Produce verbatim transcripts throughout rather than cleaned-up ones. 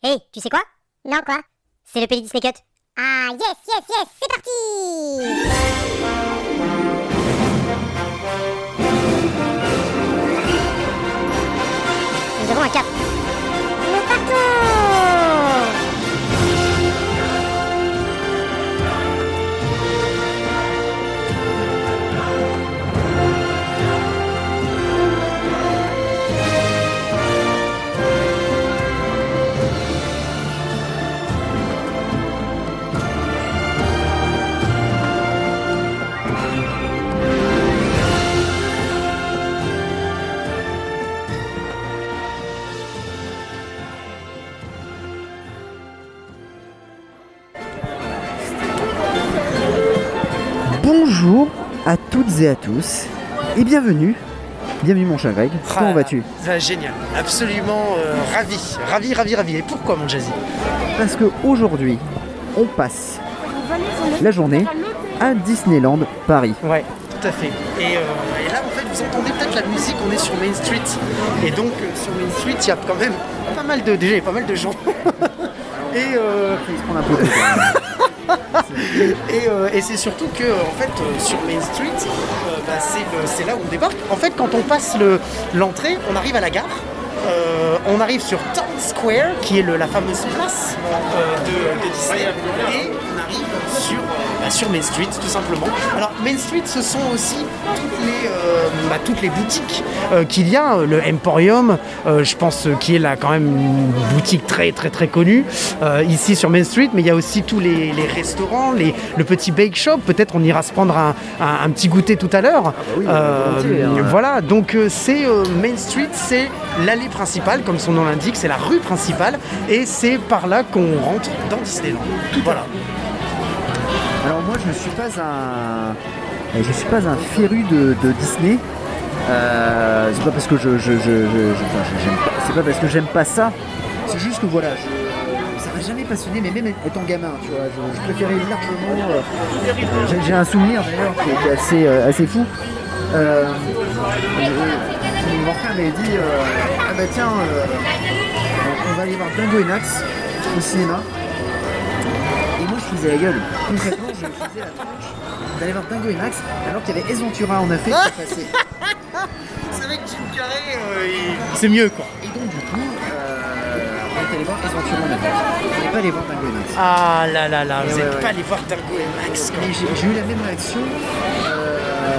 Hey, tu sais quoi? Non, quoi? C'est le Péli Disney Cut. Ah, yes, yes, yes, c'est parti! Nous avons un cap. Nous partons! Bonjour à toutes et à tous et bienvenue, bienvenue mon cher Greg, comment Ah, vas-tu? bah, génial, absolument euh, ravi, ravi, ravi, ravi. Et pourquoi mon Jazzy? Parce qu'aujourd'hui, on passe la journée à Disneyland Paris. Ouais, tout à fait. Et, euh, et là en fait vous entendez peut-être la musique, on est sur Main Street. Et donc euh, sur Main Street il y a quand même pas mal de, déjà il y a pas mal de gens. et euh, Il se prend un peu de temps. Et, euh, et c'est surtout que en fait euh, sur Main Street, euh, bah, c'est, le- c'est là où on débarque. En fait, quand on passe le, l'entrée, on arrive à la gare. Euh, on arrive sur Times Square, qui est le- la fameuse place euh, de, de Disney, et on arrive sur, euh, bah, sur Main Street, tout simplement. Alors Main Street, ce sont aussi toutes les, euh, bah, toutes les boutiques euh, qu'il y a. Le Emporium, euh, je pense, euh, qui est là quand même une boutique très très très connue euh, ici sur Main Street, mais il y a aussi tous les, les restaurants, les, le petit bake shop. Peut-être on ira se prendre un, un- un petit goûter tout à l'heure. oui, Euh, volontiers, hein. voilà, donc euh, c'est euh, Main Street, c'est l'allée principale, comme son nom l'indique, c'est la rue principale, et c'est par là qu'on rentre dans Disneyland. Voilà. Alors moi je ne suis pas un, je suis pas un féru de, de Disney. Euh, c'est pas parce que je, je, je, je- je- enfin, je- j'aime pas- c'est pas parce que j'aime pas ça. C'est juste que voilà, je, ça m'a jamais passionné, mais même étant gamin, tu vois, je, je préférais largement. euh, j'ai, j'ai un souvenir d'ailleurs qui est, qui est assez, euh, assez fou. Euh, je- mon frère m'avait dit, euh, ah bah tiens, euh, on va aller voir Dingo et Nax au cinéma. Et moi je faisais la gueule. Concrètement, je faisais la tronche d'aller voir Dingo et Max alors qu'il y avait Ace Ventura en Afrique qui passait. C'est vrai que Jim Carrey, euh, il- c'est mieux quoi. Et donc du coup, euh, on est allé voir Ace Ventura en Afrique. On n'est pas allé voir Dingo et Max. Ah là là là, vous Ouais, n'êtes ouais, pas ouais. allé voir Dingo et Max quoi. Mais j'ai, j'ai eu la même réaction. Euh,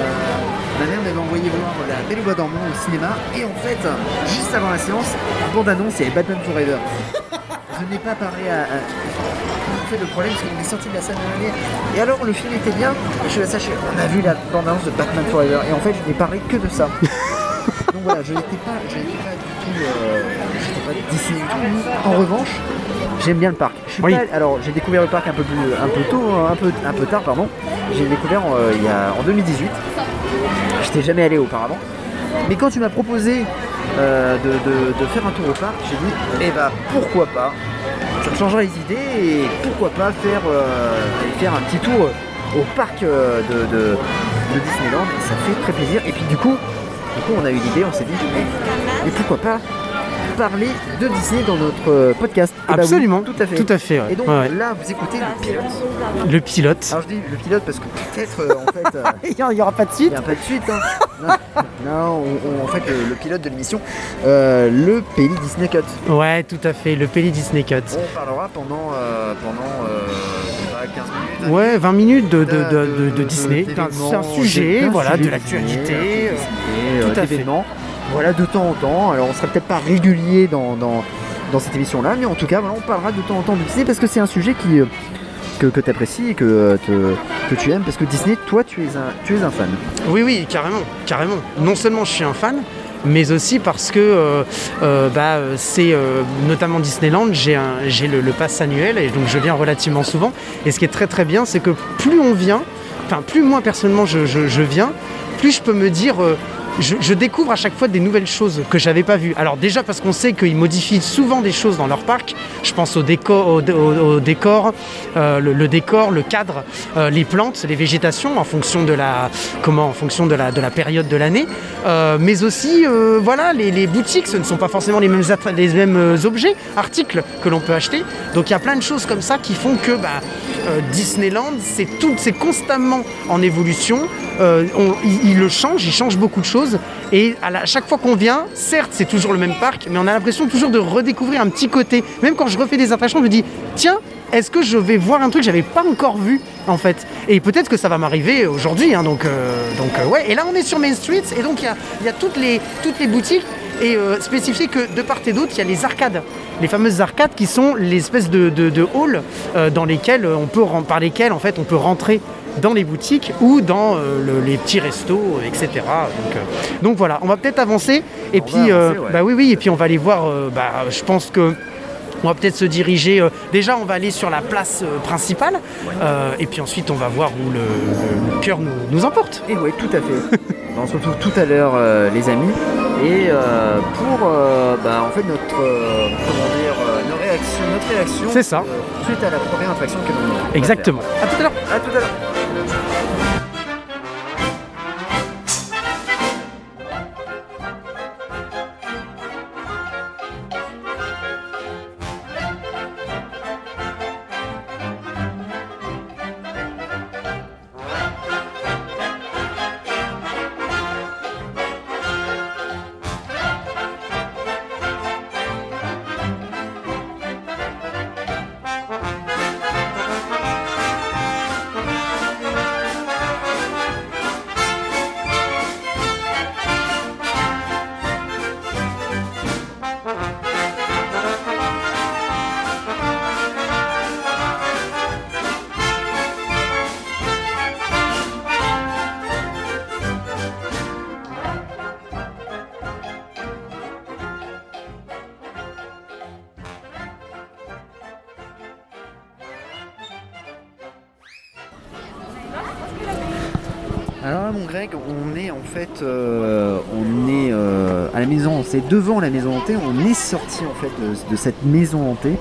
ma mère m'avait envoyé voir La Belle au Bois dormant au cinéma. Et en fait, juste avant la séance, bande annonce, il y avait Batman Forever. Je n'ai pas parlé à... à... En fait, le problème, c'est qu'on est sorti de la salle de l'année. Et alors, le film était bien. Et je suis sachez, on a vu la bande-annonce de Batman Forever. Et en fait, je n'ai parlé que de ça. Donc voilà, je n'étais pas, je n'étais pas du tout, euh, j'étais pas Disney du tout. En revanche, j'aime bien le parc. Je suis Oui. pas, alors, j'ai découvert le parc un peu plus, un peu tôt, un peu, un peu tard, pardon. J'ai découvert euh, il y a, en deux mille dix-huit. Je n'étais jamais allé auparavant. Mais quand tu m'as proposé euh, de, de- de faire un tour au parc, j'ai dit, eh bah pourquoi pas. Ça me changera les idées et pourquoi pas faire, euh, aller faire un petit tour au parc euh, de, de- de Disneyland. Ça fait très plaisir. Et puis du coup, du coup on a eu l'idée, on s'est dit, mais, mais pourquoi pas parler de Disney dans notre euh, podcast. Eh bah oui, Absolument, tout à fait. Tout à fait, ouais. Et donc Ouais. là, vous écoutez le pilote. Le pilote. Alors je dis le pilote parce que peut-être euh, en fait... euh, Il n'y aura pas de il suite. n'y a pas de suite. Hein. Non, non, on- on- en fait, le, le pilote de l'émission, euh, le Péli Disney Cut. Ouais, tout à fait, le Péli Disney Cut. On parlera pendant, euh, pendant euh, je sais pas, quinze minutes. Ouais, vingt minutes de, de, de, de- de de- Disney. d'événements, C'est un sujet, d'un voilà, sujet de l'actualité. Disney, euh, Disney, euh, tout à fait. d'événements. Voilà, de temps en temps. Alors, on sera peut-être pas régulier dans, dans, dans cette émission-là, mais en tout cas, voilà, on parlera de temps en temps de Disney parce que c'est un sujet qui, euh, que, que tu apprécies et que, euh, te- que tu aimes. Parce que Disney, toi, tu es un, tu es un fan. Oui, oui, carrément, carrément. Non seulement je suis un fan, mais aussi parce que euh, euh, bah, euh, c'est euh, notamment Disneyland, j'ai, un, j'ai le, le pass annuel et donc je viens relativement souvent. Et ce qui est très très bien, c'est que plus on vient, enfin plus moi personnellement je, je- je viens, plus je peux me dire euh, je, je découvre à chaque fois des nouvelles choses que j'avais pas vues. Alors déjà parce qu'on sait qu'ils modifient souvent des choses dans leur parc. Je pense au décor, au, au, au décor, euh, le, le décor, le cadre, euh, les plantes, les végétations en fonction de la, comment, en fonction de la, de la période de l'année. Euh, mais aussi, euh, voilà, les, les boutiques, ce ne sont pas forcément les mêmes, attra- les mêmes objets, articles que l'on peut acheter. Donc il y a plein de choses comme ça qui font que bah, euh, Disneyland, c'est tout, c'est constamment en évolution. Euh, on, il, il le change, il change beaucoup de choses. Et à, la, à chaque fois qu'on vient, certes, c'est toujours le même parc, mais on a l'impression toujours de redécouvrir un petit côté. Même quand je refais des attractions, je me dis, tiens, est-ce que je vais voir un truc que j'avais pas encore vu en fait? Et peut-être que ça va m'arriver aujourd'hui. Hein, donc, euh, donc euh, ouais. Et là, on est sur Main Street, et donc il y a, y a toutes les toutes les boutiques. Et euh, spécifié que de part et d'autre, il y a les arcades, les fameuses arcades qui sont les espèces de, de, de halls euh, dans lesquels on peut, par lesquels en fait on peut rentrer dans les boutiques ou dans euh, le, les petits restos, et cetera. Donc, euh, donc voilà, on va peut-être avancer. Et On puis, va avancer, euh, ouais. bah oui, oui, et puis on va aller voir. Euh, bah, je pense que. On va peut-être se diriger, euh, déjà on va aller sur la place euh, principale, euh, et puis ensuite on va voir où le, le, le cœur nous, nous emporte. Et oui, tout à fait. On se retrouve tout à l'heure, euh, les amis, et euh, pour euh, bah, en fait notre euh, comment dire euh, nos réactions, notre réaction. C'est ça. euh, suite à la première attraction que l'on va Exactement. À tout à l'heure. faire. À tout à l'heure. Alors là, mon Greg, on est en fait, euh, on est euh, à la maison, c'est devant la maison hantée. On est sorti en fait de, de cette maison hantée.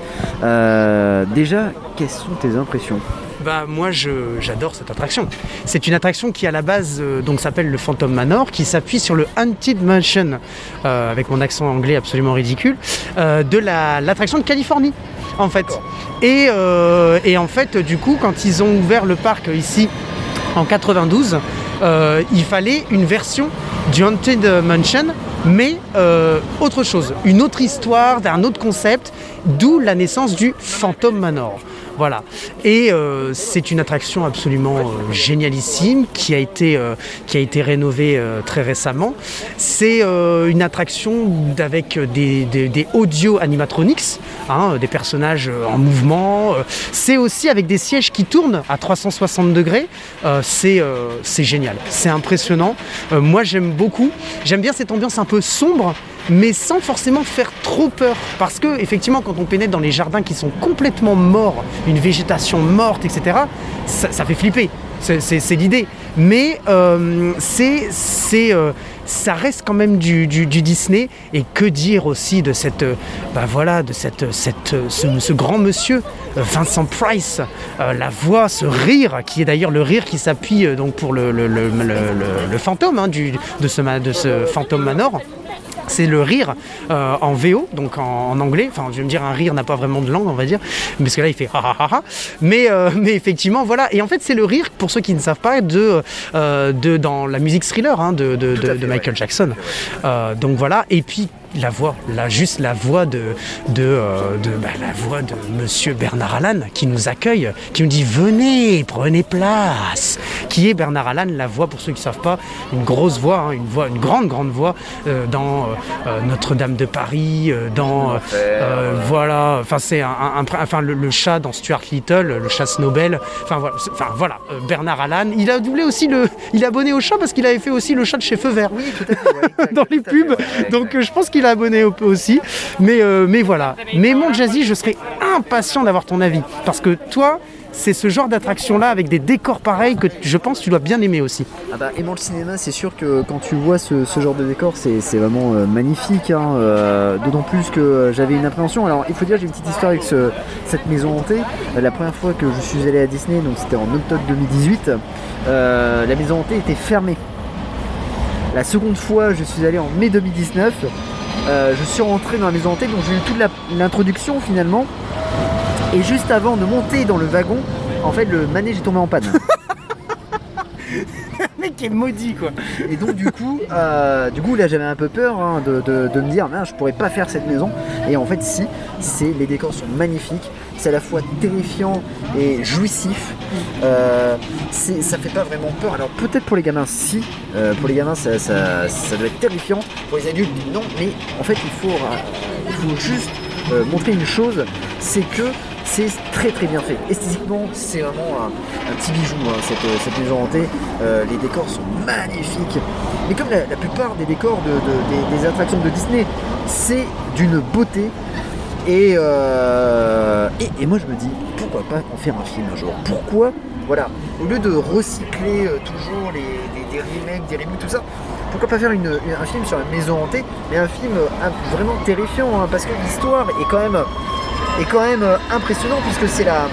Euh, déjà, quelles sont tes impressions? Bah moi je, j'adore cette attraction. C'est une attraction qui à la base euh, donc s'appelle le Phantom Manor, qui s'appuie sur le Haunted Mansion, euh, avec mon accent anglais absolument ridicule, euh, de la, l'attraction de Californie en fait. Et, euh, et en fait du coup quand ils ont ouvert le parc ici en quatre-vingt-douze, euh, il fallait une version du Haunted Mansion, mais euh, autre chose, une autre histoire, un autre concept, d'où la naissance du Phantom Manor. Voilà. Et euh, c'est une attraction absolument euh, génialissime qui a été, euh, qui a été rénovée euh, très récemment. C'est euh, une attraction avec des, des, des audio animatronics, hein, des personnages en mouvement. C'est aussi avec des sièges qui tournent à trois cent soixante degrés. Euh, c'est, euh, c'est génial, c'est impressionnant. Euh, moi j'aime beaucoup. J'aime bien cette ambiance un peu sombre, mais sans forcément faire trop peur. Parce que, effectivement, quand on pénètre dans les jardins qui sont complètement morts, une végétation morte, et cetera, ça, ça fait flipper. C'est, c'est, c'est l'idée. Mais euh, c'est, c'est, euh, ça reste quand même du, du, du Disney. Et que dire aussi de cette, euh, bah voilà, de cette, cette, ce, ce grand monsieur, euh, Vincent Price, euh, la voix, ce rire, qui est d'ailleurs le rire qui s'appuie euh, donc pour le, le, le, le, le, le fantôme hein, du, de, ce, de ce Phantom Manor. C'est le rire euh, en V O, donc en, en anglais. Enfin, je vais me dire, un rire n'a pas vraiment de langue, on va dire. Parce que là, il fait ha ha ha ha. Mais, euh, mais effectivement, voilà. Et en fait, c'est le rire, pour ceux qui ne savent pas, de, euh, de dans la musique Thriller hein, de, de, de, de Michael Jackson. Euh, donc voilà. Et puis, la voix, là, juste la voix de, de, euh, de bah, la voix de Monsieur Bernard Allan qui nous accueille, qui nous dit venez, prenez place. Qui est Bernard Allan, la voix pour ceux qui ne savent pas, une grosse voix, hein, une voix, une grande grande voix euh, dans euh, Notre-Dame de Paris, euh, dans euh, euh, voilà, enfin c'est un, un, un, enfin le, le chat dans Stuart Little, le chat Snowbell, enfin voilà, enfin voilà, euh, Bernard Allan, il a doublé aussi le, il est abonné au chat parce qu'il avait fait aussi le chat de chez Feu Vert. Oui, tout à fait. Ouais, exact, dans les tout à pubs, fait, ouais, ouais, donc exact. euh, je pense qu'il a abonné au- aussi, mais, euh, mais voilà. Mais mon Jazzy, je serais impatient d'avoir ton avis, parce que toi, c'est ce genre d'attraction-là avec des décors pareils que je pense que tu dois bien aimer aussi. Ah bah, aimant le cinéma, c'est sûr que quand tu vois ce, ce genre de décor, c'est, c'est vraiment euh, magnifique. Hein, euh, d'autant plus que euh, j'avais une appréhension. Alors, il faut dire, j'ai une petite histoire avec ce, cette maison hantée. Euh, la première fois que je suis allé à Disney, donc c'était en octobre deux mille dix-huit, euh, la maison hantée était fermée. La seconde fois, je suis allé en mai deux mille dix-neuf. Euh, je suis rentré dans la maison hantée, donc j'ai eu toute la, l'introduction finalement. Et juste avant de monter dans le wagon, en fait, le manège est tombé en panne. Le mec est maudit, quoi. Et donc du coup, euh, du coup là j'avais un peu peur hein, de, de, de me dire, mince, je pourrais pas faire cette maison. Et en fait si, c'est, les décors sont magnifiques, c'est à la fois terrifiant et jouissif. Euh, c'est, ça fait pas vraiment peur. Alors peut-être pour les gamins si, euh, pour les gamins ça, ça, ça doit être terrifiant. Pour les adultes non, mais en fait il faut, euh, il faut juste euh, montrer une chose, c'est que c'est très très bien fait. Esthétiquement, c'est vraiment un, un petit bijou, hein, cette, cette maison hantée. Euh, les décors sont magnifiques. Mais comme la, la plupart des décors de, de, des, des attractions de Disney, c'est d'une beauté. Et, euh, et, et moi je me dis, pourquoi pas en faire un film un jour? Pourquoi, voilà, au lieu de recycler euh, toujours les, les, des remakes, des reboots, tout ça, pourquoi pas faire une, une, un film sur la maison hantée, mais un film euh, vraiment terrifiant, hein, parce que l'histoire est quand même... est quand même impressionnant puisque c'est la,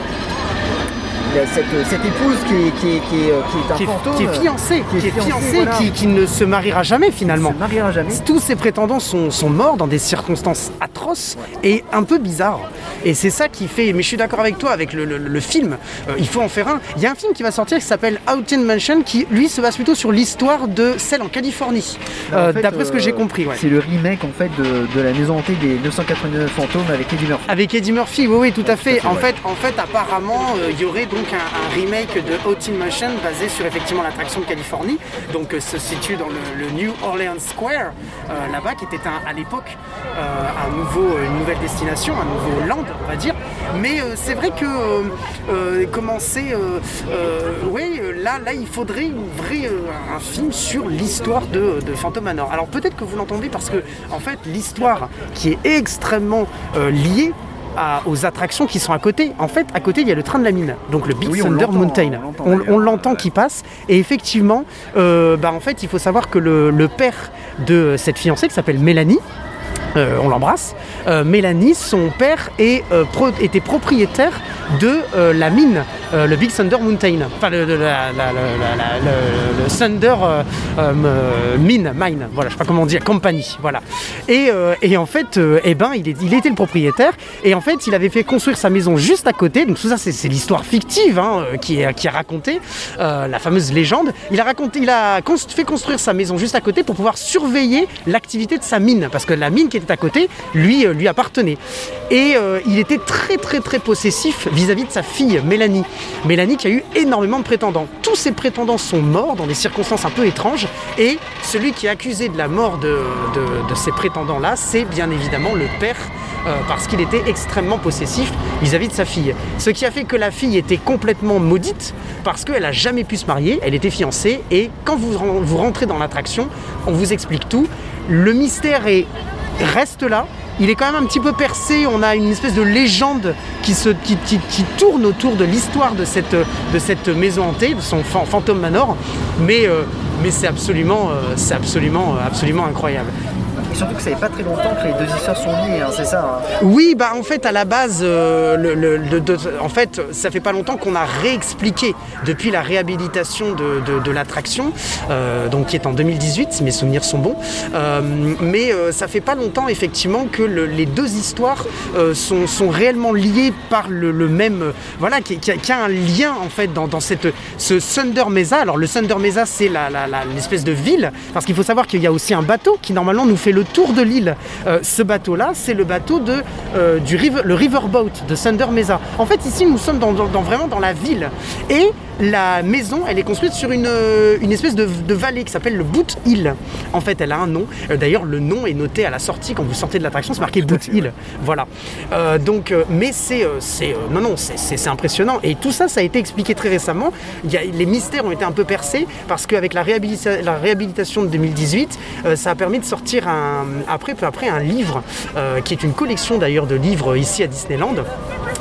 la cette, cette épouse qui est, qui est, qui est, qui est un qui est, fantôme, qui est fiancée, qui est, qui est fiancée, fiancée, voilà. qui, qui ne se mariera jamais finalement. Qui ne se mariera jamais. Tous ses prétendants sont, sont morts dans des circonstances atroces ouais. et un peu bizarres. Et c'est ça qui fait. Mais je suis d'accord avec toi, avec le, le, le film. Euh, il faut en faire un. Il y a un film qui va sortir qui s'appelle Haunted Mansion, qui lui se base plutôt sur l'histoire de celle en Californie, euh, en fait, d'après euh, ce que j'ai compris. Ouais. C'est le remake en fait de, de la maison hantée des neuf cent quatre-vingt-neuf fantômes avec Eddie Murphy. Avec Eddie Murphy, oui, oui, tout ouais, à fait. Tout à fait en, ouais. fait en fait, apparemment, il euh, y aurait donc un, un remake de Haunted Mansion basé sur effectivement l'attraction de Californie, donc euh, se situe dans le, le New Orleans Square, euh, là-bas, qui était un, à l'époque euh, un nouveau, une nouvelle destination, un nouveau land, on va dire. Mais euh, c'est vrai que euh, euh, commencer, euh, euh, oui, là, là, il faudrait une vraie, euh, un film sur l'histoire de, de Phantom Manor. Alors peut-être que vous l'entendez parce que, en fait, l'histoire qui est extrêmement euh, liée À, aux attractions qui sont à côté. En fait, à côté, il y a le train de la mine, donc le Big oui, Thunder Mountain. On l'entend, on, on l'entend qui passe. Et effectivement, euh, bah, en fait, il faut savoir que le, le père de cette fiancée, qui s'appelle Mélanie, euh, on l'embrasse, euh, Mélanie, son père est, euh, pro, était propriétaire de euh, la mine, euh, le Big Thunder Mountain, enfin le, le, la, la, la, la, le, le Thunder euh, euh, Mine, Mine, voilà, je sais pas comment on dit, compagnie, voilà. Et, euh, et en fait, euh, eh ben, il, est, il était le propriétaire, et en fait, il avait fait construire sa maison juste à côté. Donc tout ça, c'est, c'est l'histoire fictive hein, qui est qui est racontée, euh, la fameuse légende. Il a raconté, il a const- fait construire sa maison juste à côté pour pouvoir surveiller l'activité de sa mine, parce que la mine qui était à côté, lui, euh, lui appartenait. Et euh, il était très, très, très possessif vis-à-vis de sa fille, Mélanie. Mélanie qui a eu énormément de prétendants. Tous ces prétendants sont morts dans des circonstances un peu étranges et celui qui est accusé de la mort de, de, de ces prétendants-là, c'est bien évidemment le père euh, parce qu'il était extrêmement possessif vis-à-vis de sa fille. Ce qui a fait que la fille était complètement maudite parce qu'elle n'a jamais pu se marier, elle était fiancée et quand vous, vous rentrez dans l'attraction, on vous explique tout. Le mystère est, reste là. Il est quand même un petit peu percé, on a une espèce de légende qui, se, qui, qui, qui tourne autour de l'histoire de cette, de cette maison hantée, de son Phantom Manor, mais, euh, mais c'est absolument, euh, c'est absolument, euh, absolument incroyable. Et surtout que ça fait pas très longtemps que les deux histoires sont liées, hein, c'est ça hein. Oui, bah en fait à la base, euh, le, le, le, de, en fait, ça fait pas longtemps qu'on a réexpliqué depuis la réhabilitation de, de, de l'attraction, euh, donc qui est en deux mille dix-huit, si mes souvenirs sont bons. Euh, mais euh, ça fait pas longtemps effectivement que le, les deux histoires euh, sont, sont réellement liées par le, le même, euh, voilà, qui, qui, a, qui a un lien en fait dans, dans cette, ce Thunder Mesa. Alors le Thunder Mesa, c'est la, la, la, l'espèce de ville, parce qu'il faut savoir qu'il y a aussi un bateau qui normalement nous fait le tour de l'île. Euh, ce bateau-là, c'est le bateau de, euh, du river, le Riverboat de Thunder Mesa. En fait, ici, nous sommes dans, dans, dans, vraiment dans la ville. Et la maison, elle est construite sur une, une espèce de, de vallée qui s'appelle le Boot Hill. En fait, elle a un nom. Euh, d'ailleurs, le nom est noté à la sortie quand vous sortez de l'attraction, c'est marqué Boot Hill. Voilà. Euh, donc, euh, mais c'est, euh, c'est, euh, non, non, c'est, c'est, c'est impressionnant. Et tout ça, ça a été expliqué très récemment. Il y a, les mystères ont été un peu percés parce qu'avec la, réhabilita- la réhabilitation de deux mille dix-huit, euh, ça a permis de sortir un, après, peu après un livre euh, qui est une collection d'ailleurs de livres ici à Disneyland.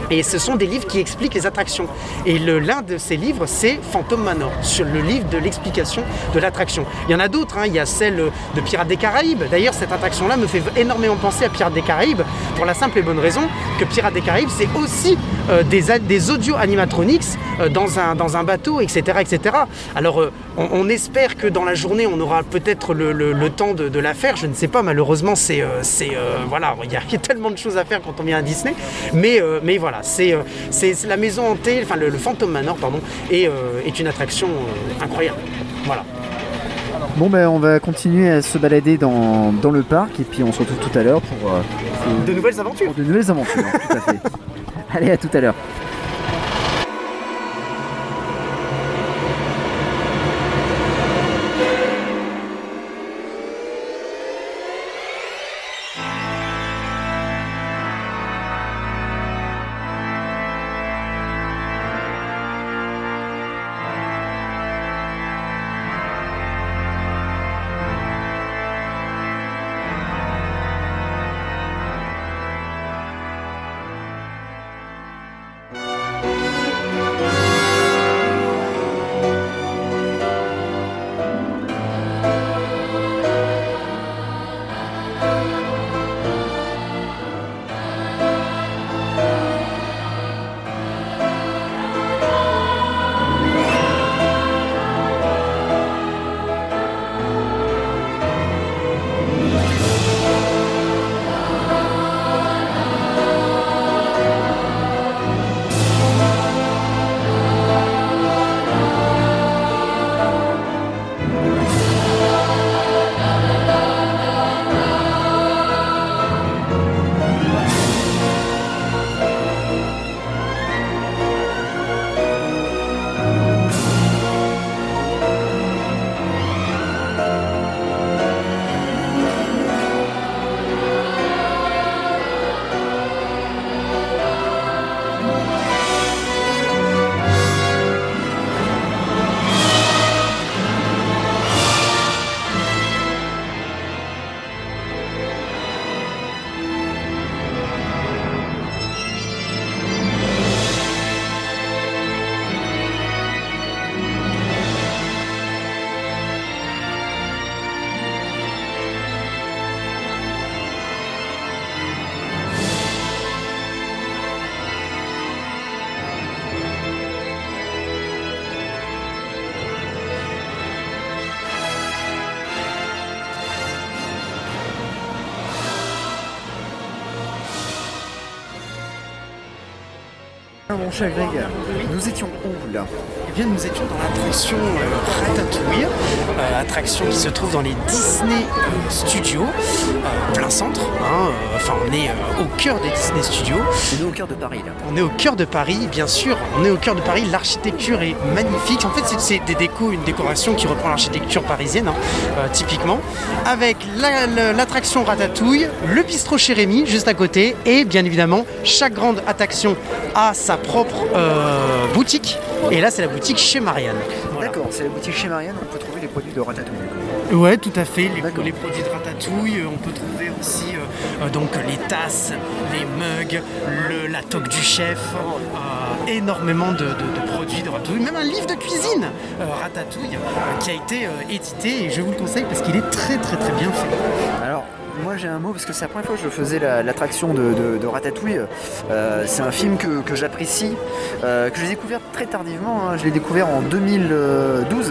Et ce sont des livres qui expliquent les attractions. Et le, l'un de ces livres, c'est Phantom Manor, sur le livre de l'explication de l'attraction. Il y en a d'autres, hein. Il y a celle de Pirates des Caraïbes. D'ailleurs, cette attraction-là me fait énormément penser à Pirates des Caraïbes, pour la simple et bonne raison que Pirates des Caraïbes, c'est aussi euh, des, des audio animatronics euh, dans, un, dans un bateau, et cetera et cetera. Alors, euh, on, on espère que dans la journée, on aura peut-être le, le, le temps de, de la faire. Je ne sais pas, malheureusement, c'est, euh, c'est euh, voilà, il y a tellement de choses à faire quand on vient à Disney. Mais, euh, mais voilà. C'est, euh, c'est, c'est la maison hantée, enfin le, le Phantom Manor, pardon, est, euh, est une attraction euh, incroyable. Voilà. Bon ben on va continuer à se balader dans, dans le parc et puis on se retrouve tout à l'heure pour, euh, pour de nouvelles aventures. Pour de nouvelles aventures, tout à fait. Allez, à tout à l'heure. Mon cher Greg, nous étions où là ? Eh bien, nous étions dans l'attraction euh, Ratatouille, euh, attraction qui se trouve dans les Disney euh, Studios, euh, plein centre. Hein, euh, enfin, on est euh, au cœur des Disney Studios. On est au cœur de Paris là. On est au cœur de Paris, bien sûr. On est au cœur de Paris. L'architecture est magnifique. En fait, c'est, c'est des décos, une décoration qui reprend l'architecture parisienne, hein, euh, typiquement, avec la, la, l'attraction Ratatouille, le bistrot chez Rémi juste à côté, et bien évidemment, chaque grande attraction a sa propre euh, boutique. Et là, c'est la boutique chez Marianne. Voilà. D'accord, c'est la boutique chez Marianne, on peut trouver les produits de Ratatouille. Ouais, tout à fait. Les, les produits de Ratatouille, on peut trouver aussi euh, euh, donc les tasses, les mugs, le, la toque du chef, euh, énormément de, de, de produits de Ratatouille, même un livre de cuisine euh, Ratatouille euh, qui a été euh, édité et je vous le conseille parce qu'il est très très très bien fait. Alors, moi j'ai un mot parce que c'est la première fois que je faisais la, l'attraction de, de, de Ratatouille. Euh, c'est un film que, que j'apprécie, euh, que j'ai découvert très tardivement. Hein. Je l'ai découvert en deux mille douze.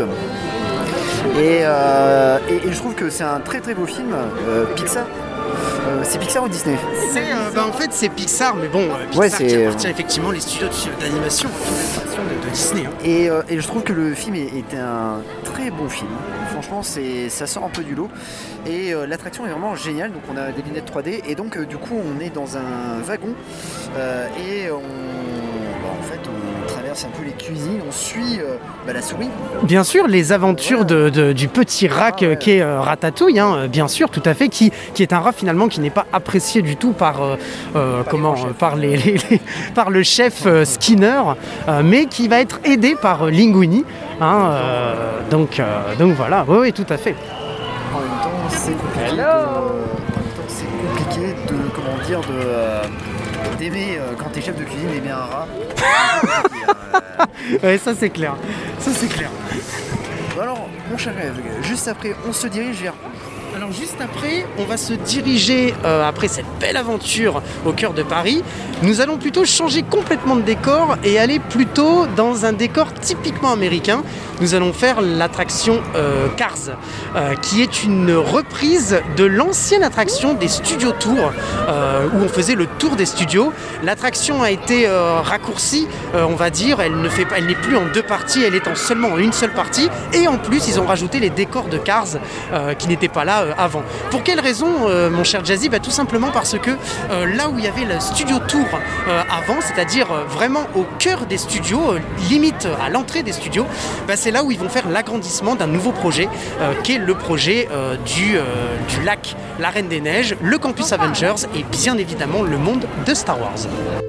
Et, euh, et, et je trouve que c'est un très très beau film, euh, Pixar. Euh, c'est Pixar ou Disney ? C'est, euh, bah, en fait c'est Pixar, mais bon, euh, Pixar ouais, c'est... qui appartient effectivement les studios d'animation de, de Disney. Hein. Et, euh, et je trouve que le film est, est un très bon film. Franchement, c'est, ça sort un peu du lot. Et euh, l'attraction est vraiment géniale. Donc on a des lunettes trois D et donc euh, du coup on est dans un wagon euh, et on, bah, en fait on traverse un peu les cuisines, on suit euh, bah, la souris. Bien sûr, les aventures de, de, du petit rat ah, ouais. qu'est euh, Ratatouille, hein, bien sûr, tout à fait, qui, qui est un rat finalement qui n'est pas apprécié du tout par euh, euh, par comment les par les, les, les par le chef euh, Skinner, euh, mais qui va être aidé par euh, Linguini. Hein, euh, donc euh, donc voilà, oui, oui, tout à fait. En même temps, c'est compliqué. De, en même temps, c'est compliqué de comment dire de euh, d'aimer euh, quand t'es chef de cuisine d'aimer un rat. C'est compliqué, hein, euh. Ouais, ça c'est clair. Ça c'est clair. Bon alors, mon cher Rêve, juste après, on se dirige vers... Alors juste après, on va se diriger, euh, après cette belle aventure au cœur de Paris, nous allons plutôt changer complètement de décor et aller plutôt dans un décor typiquement américain. Nous allons faire l'attraction euh, Cars, euh, qui est une reprise de l'ancienne attraction des Studios Tours, euh, où on faisait le tour des studios. L'attraction a été euh, raccourcie, euh, on va dire, elle ne fait pas, elle n'est plus en deux parties, elle est en seulement en une seule partie. Et en plus, ils ont rajouté les décors de Cars euh, qui n'étaient pas là euh, avant. Pour quelle raison, euh, mon cher Jazzy? Bah, tout simplement parce que euh, là où il y avait le Studio Tour euh, avant, c'est-à-dire euh, vraiment au cœur des studios, euh, limite à l'entrée des studios, bah, c'est là où ils vont faire l'agrandissement d'un nouveau projet, euh, qui est le projet euh, du, euh, du lac, la Reine des Neiges, le campus Avengers et bien évidemment le monde de Star Wars.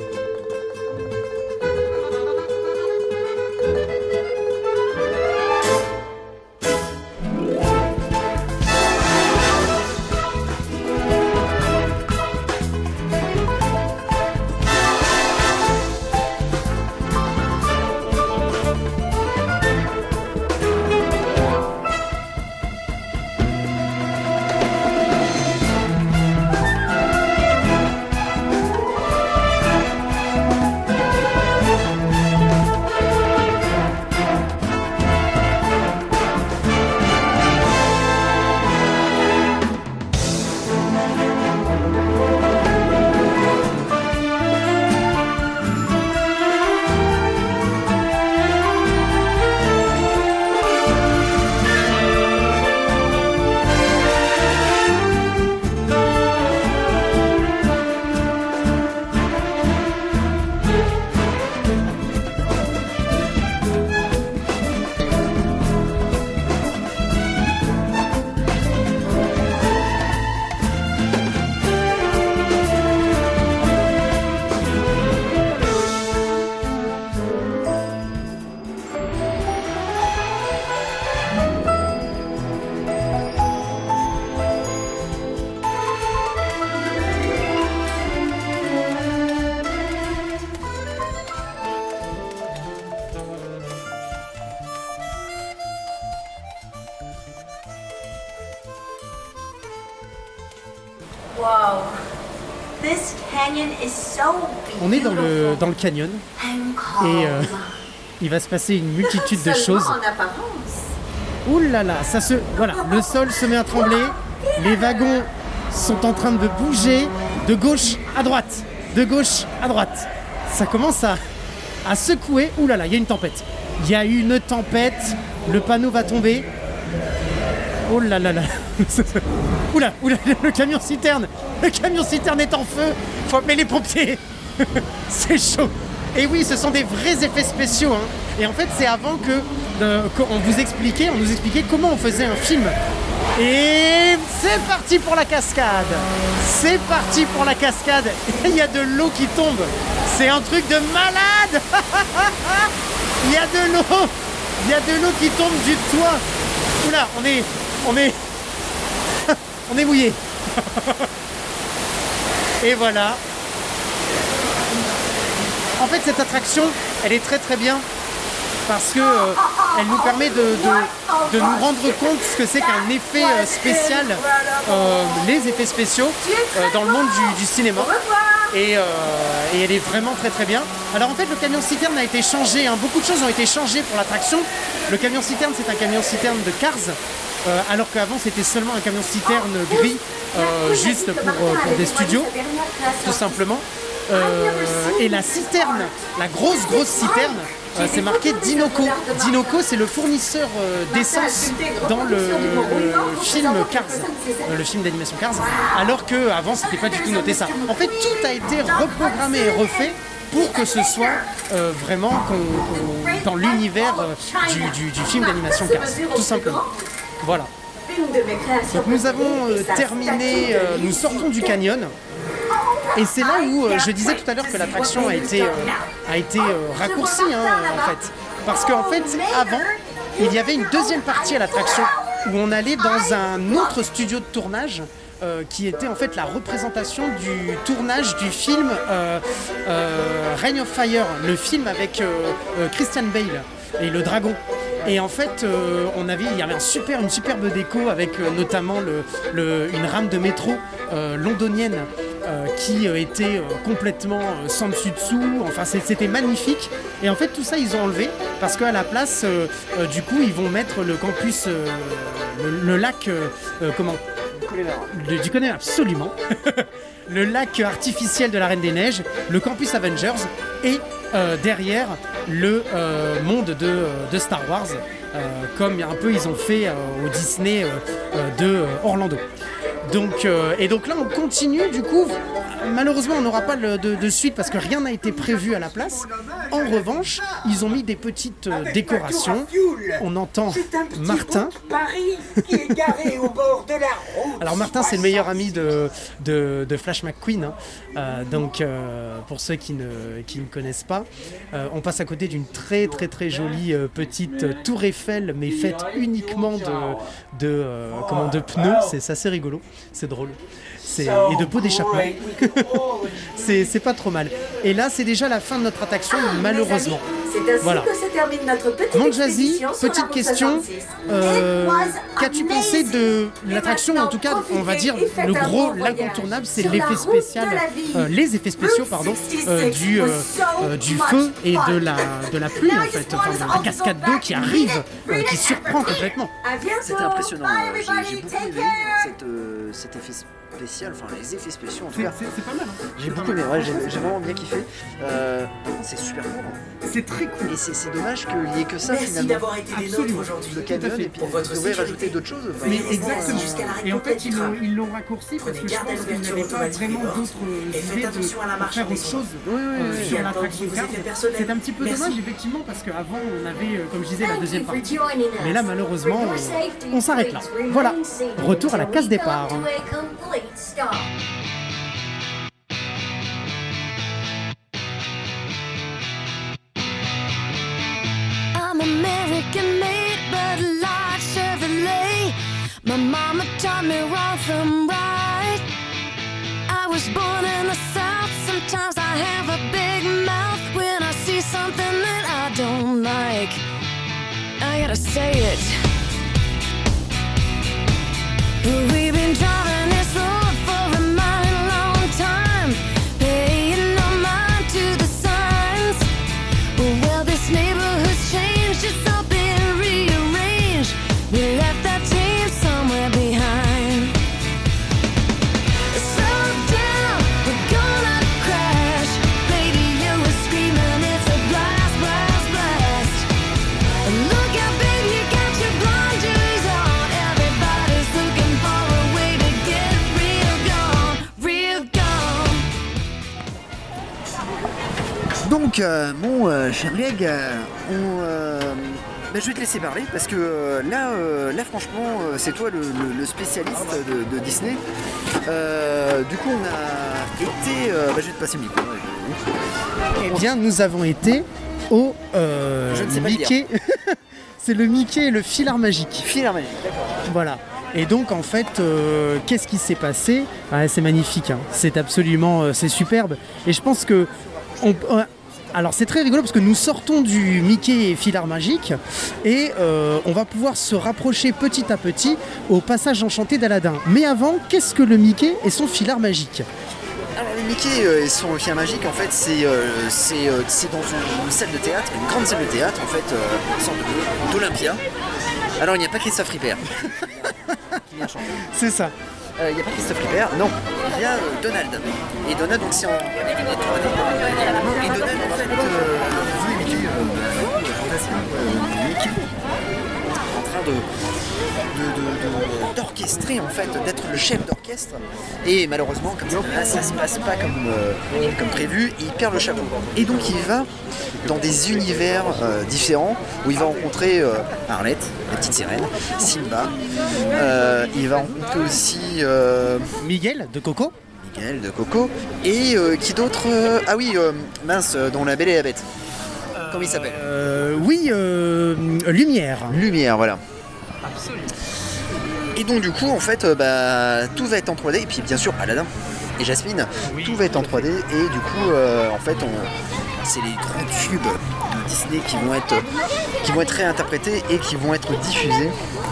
Wow, this canyon is so On est dans le, dans le canyon beautiful. et euh, il va se passer une multitude de Seulement choses. en apparence. Ouh là là, ça se, voilà, le sol se met à trembler, les wagons sont en train de bouger de gauche à droite, de gauche à droite. Ça commence à, à secouer. Ouh là là, il y a une tempête. Il y a une tempête, le panneau va tomber. Oh là là là. Oula, oula, le camion citerne. Le camion citerne est en feu. Faut appeler les pompiers. C'est chaud. Et oui, ce sont des vrais effets spéciaux, hein. Et en fait, c'est avant que euh, qu'on vous expliquait, on nous expliquait comment on faisait un film. Et c'est parti pour la cascade. C'est parti pour la cascade. Il y a de l'eau qui tombe. C'est un truc de malade. Il y a de l'eau. Il y a de l'eau qui tombe du toit. Oula, on est, on est, on est mouillé. Et voilà. En fait, cette attraction, elle est très très bien parce que euh, elle nous permet de, de, de nous rendre compte ce que c'est qu'un effet euh, spécial, euh, les effets spéciaux euh, dans le monde du, du cinéma. Et, euh, et elle est vraiment très très bien. Alors en fait, le camion citerne a été changé, hein. Beaucoup de choses ont été changées pour l'attraction. Le camion citerne, c'est un camion citerne de Cars, euh, alors qu'avant c'était seulement un camion citerne gris, euh, juste pour, euh, pour des studios, tout simplement. Euh, et la citerne, la grosse grosse citerne, euh, c'est marqué Dinoco. Dinoco, c'est le fournisseur euh, d'essence dans le, le film Cars, euh, le film d'animation Cars, alors qu'avant c'était pas du tout noté ça. En fait, tout a été reprogrammé et refait pour que ce soit euh, vraiment qu'on, qu'on, dans l'univers euh, du, du, du film d'animation Cars, tout simplement. Voilà. Donc nous avons euh, terminé, euh, nous sortons du canyon. Et c'est là où euh, je disais tout à l'heure que l'attraction a été, euh, a été euh, raccourcie, hein, en fait. Parce qu'en fait, avant, il y avait une deuxième partie à l'attraction où on allait dans un autre studio de tournage euh, qui était en fait la représentation du tournage du film euh, euh, Reign of Fire, le film avec euh, euh, Christian Bale et le dragon. Et en fait, euh, on avait, il y avait un super, une superbe déco avec euh, notamment le, le, une rame de métro euh, londonienne euh, qui euh, était euh, complètement euh, sans dessus dessous. Enfin, c'est, c'était magnifique. Et en fait, tout ça, ils ont enlevé parce qu'à la place, euh, euh, du coup, ils vont mettre le campus, euh, le, le lac, euh, euh, comment le, Du Connemara, absolument. Le lac artificiel de la Reine des Neiges, le campus Avengers et euh, derrière le euh, monde de, de Star Wars, euh, comme un peu ils ont fait euh, au Disney euh, euh, de euh, Orlando. Donc, euh, et donc là on continue du coup, malheureusement on n'aura pas le, de, de suite parce que rien n'a été prévu à la place. En revanche, ils ont mis des petites euh, décorations. On entend Martin. Paris qui est garé au bord de la route. Alors Martin c'est le meilleur ami de, de, de Flash McQueen, hein. euh, donc euh, pour ceux qui ne, qui ne connaissent pas, euh, on passe à côté d'une très très très jolie euh, petite euh, tour Eiffel mais faite uniquement de, de, euh, comment, de pneus, c'est, c'est assez rigolo, c'est drôle. C'est, et de pots d'échappement. c'est, c'est pas trop mal. Et là, c'est déjà la fin de notre attraction, malheureusement. C'est ainsi voilà. que se termine notre petite Manjazi, expédition sur la petite route question. soixante-six. Euh, It was qu'as-tu pensé amazing. de Et l'attraction? En tout cas, on va dire profitez et faites le un gros, bon voyage. l'incontournable, c'est Sur la l'effet route spécial, de la vie. euh, les effets spéciaux, Route pardon, soixante-six euh, du, euh, was so euh, du much feu et fun. de la, de la pluie Now en you fait, want enfin de us la all to cascade go d'eau back qui and arrive, read it, euh, read qui it, surprend repeat. complètement. À bientôt. C'était impressionnant, Bye euh, j'ai, everybody, j'ai beaucoup take aimé care. cette, euh, cet effet spécial, enfin les effets spéciaux en tout C'est, cas. c'est, c'est pas mal. Hein. J'ai beaucoup aimé, ouais, j'ai, j'ai vraiment bien kiffé. Euh, par contre, c'est super court. Hein. C'est très cool. Et c'est, c'est dommage qu'il n'y ait que ça Merci finalement. d'avoir été des nôtres Absolument. aujourd'hui. Le camion, fait. et puis Pour votre ils devraient sécurité. rajouter d'autres choses. Enfin, Mais Prenez exactement. jusqu'à l'arrêt Et en fait, complet ils du l'ont, train. ils l'ont raccourci parce Prenez que je garde à pense qu'ils l'ouverture n'avaient pas automatique vraiment des portes. d'autres Et faites idées de, attention à la de marche faire en autre descendant. chose Oui, oui, euh, oui. sur Faites l'attraction attention aux Cars. effets personnels. C'est un petit peu Merci. dommage effectivement parce qu'avant on avait, euh, comme je disais, la Thank deuxième you for partie. joining us. Mais là malheureusement, For your on, safety, on s'arrête là. please Voilà, remain seated retour à la until case we départ. come to a complete stop. I'm American made, but a large Chevrolet. My mama taught me wrong from right. I was born in the South. Sometimes I have a big mouth when I see something that I don't like. I gotta say it. We've been driving this road for a mighty long time, paying no mind to the signs. Well, this neighborhood's changed, it's all been rearranged. We left that team somewhere behind. Slow down, we're gonna crash. Radio is screaming, it's a blast, blast, blast. Look out, baby, you got your blinders on. Everybody's looking for a way to get real gone, real gone. Donc, euh, mon euh, cher Greg, euh, on, euh, bah, je vais te laisser parler parce que euh, là, euh, là, franchement, euh, c'est toi le, le- le spécialiste de, de Disney. Euh, du coup, on a été. euh, bah, je vais te passer le micro. ouais, Eh bien, nous avons été au euh, Je ne sais pas le Mickey. C'est le Mickey et le filard magique. je- Filaire magique, d'accord. Voilà. Et donc en fait, euh, qu'est-ce qui s'est passé? Ouais, c'est magnifique, hein. C'est absolument, euh, c'est superbe. Et je pense que, on- euh, alors c'est très rigolo parce que nous sortons du Mickey et filard magique et euh, on va pouvoir se rapprocher petit à petit au passage enchanté d'Aladin. Mais avant, qu'est-ce que le Mickey et son filard magique? Alors, le Mickey euh, et son filaire magique, en fait, c'est, euh, c'est, euh, c'est dans une, une salle de théâtre, une grande salle de théâtre, en fait, euh, une sorte de- d'Olympia. Alors, il n'y a pas Christophe Ripper. Qui vient chanter. C'est ça. Euh, Il n'y a pas Christophe Ripper, non. Il y a euh, Donald. Et Donald, donc, c'est en lunettes trois D. Et Donald, en fait, euh, vous imitez euh, euh, Mickey en train de, de- de- de- d'orchestrer, en fait, d'être le chef d'orchestre. Et malheureusement, comme ça, ça se passe pas comme, euh, comme prévu, il perd le chapeau. Et donc, il va dans des univers euh, différents où il va rencontrer euh, Arlette, la petite sirène, Simba. Euh, il va rencontrer aussi euh, Miguel de Coco. Miguel de Coco. Et euh, qui d'autre euh, Ah oui, euh, mince, euh, dans La Belle et la Bête. Comment il s'appelle Euh, oui, euh, Lumière. Lumière, voilà. Et donc du coup en fait euh, bah, tout va être en trois D et puis bien sûr Aladdin et Jasmine, Oui. tout va être en trois D et du coup euh, en fait on, c'est les grands tubes de Disney qui vont être, qui vont être réinterprétés et qui vont être diffusés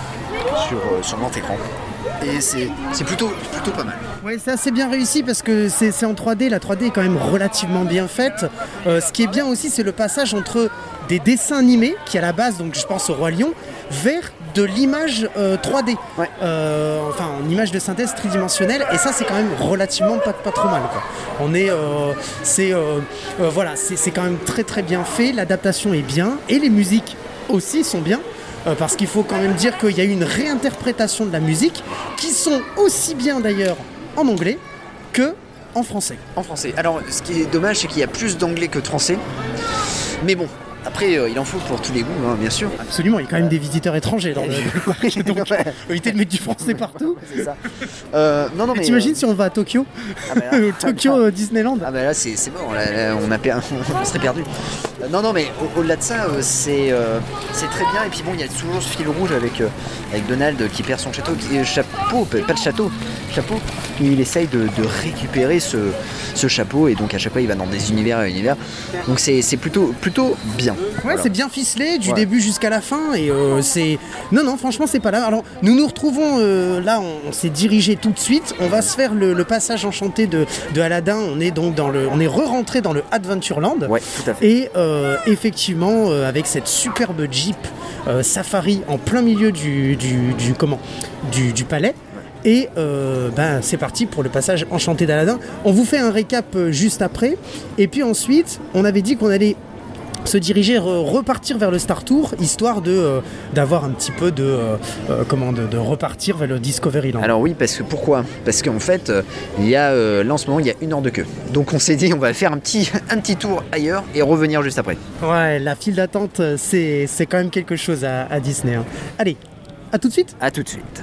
sur, euh, sur grand écran. Et c'est, c'est plutôt, plutôt pas mal. Ouais, c'est assez bien réussi parce que c'est, c'est en trois D. La trois D est quand même relativement bien faite. Euh, ce qui est bien aussi, c'est le passage entre des dessins animés, qui à la base, donc je pense au Roi Lion, vers de l'image euh, trois D. Ouais. Euh, enfin, en image de synthèse tridimensionnelle. Et ça, c'est quand même relativement pas, pas trop mal, quoi. On est, euh, c'est, euh, euh, voilà, c'est, c'est quand même très très bien fait. L'adaptation est bien et les musiques aussi sont bien. Euh, parce qu'il faut quand même dire qu'il y a eu une réinterprétation de la musique qui sont aussi bien d'ailleurs en anglais que en français. En français. Alors ce qui est dommage c'est qu'il y a plus d'anglais que de français. Mais bon, après euh, il en faut pour tous les goûts, hein, bien sûr. Absolument, il y a quand même des visiteurs étrangers dans le donc Ouais. éviter de mettre du français partout. C'est ça. Euh, non, non, Et mais. t'imagines euh, si on va à Tokyo, ah, bah, là, Tokyo euh, Disneyland. Ah bah là c'est, c'est mort, là, là, on, a per... on serait perdu. Euh, non non mais au- au-delà de ça euh, c'est, euh, c'est très bien et puis bon il y a toujours ce fil rouge avec, euh, avec Donald qui perd son château, qui, euh, chapeau, pas le château, chapeau, et il essaye de, de récupérer ce, ce chapeau et donc à chaque fois il va dans des univers et univers. Donc c'est, c'est plutôt, plutôt bien. Ouais, Voilà. c'est bien ficelé du Ouais. début jusqu'à la fin et euh, c'est non non franchement c'est pas là. Alors nous nous retrouvons euh, là, on, on s'est dirigé tout de suite. On va se faire le, le passage enchanté de, de Aladdin. On est donc dans le, on est re-rentré dans le Adventureland. Ouais, tout à fait. Et euh, effectivement, euh, avec cette superbe Jeep euh, Safari en plein milieu du, du, du- comment, du, du palais. Et euh, ben, c'est parti pour le passage enchanté d'Aladin. On vous fait un récap euh, juste après. Et puis ensuite, on avait dit qu'on allait se diriger, re- repartir vers le Star Tour, histoire de euh, d'avoir un petit peu de, euh, euh, comment, de, de repartir vers le Discoveryland. Alors oui, parce que pourquoi ? Parce qu'en fait, euh, il y a euh, là en ce moment il y a une heure de queue. Donc on s'est dit on va faire un petit, un petit tour ailleurs et revenir juste après. Ouais, la file d'attente, euh, c'est, c'est quand même quelque chose à, à Disney, hein. Allez, à tout de suite. A tout de suite.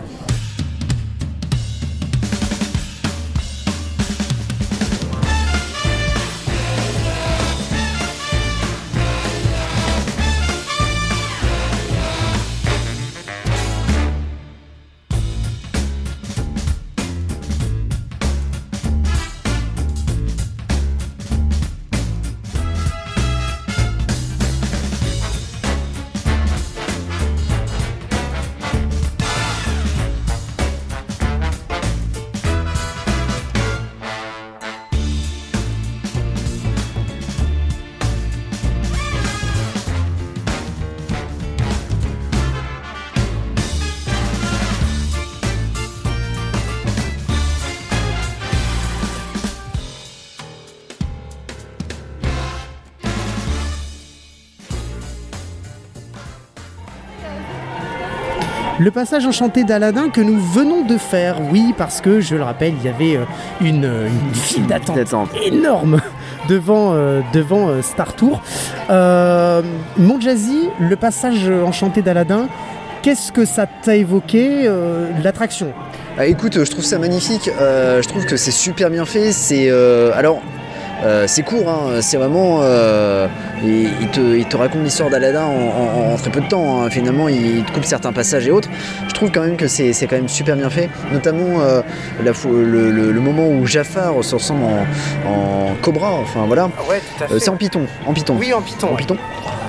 Le passage enchanté d'Aladin que nous venons de faire, oui, parce que, je le rappelle, il y avait euh, une, euh, une file d'attente D'attente. énorme devant, euh, devant euh, Star Tour. Euh, Mon Jazzy, le passage enchanté d'Aladin, qu'est-ce que ça t'a évoqué, euh, l'attraction ? Ah, écoute, je trouve ça magnifique. Euh, je trouve que c'est super bien fait. C'est euh, alors. Euh, c'est court, hein, c'est vraiment. Euh, il, il, te, il te raconte l'histoire d'Aladin en, en- en très peu de temps. Hein. Finalement, il te coupe certains passages et autres. Je trouve quand même que c'est, c'est quand même super bien fait. Notamment euh, la, fo- le, le- le moment où Jafar se ressemble en, en cobra. Enfin voilà. Ouais, tout à Euh, c'est en python. En python. Oui, en python. En python.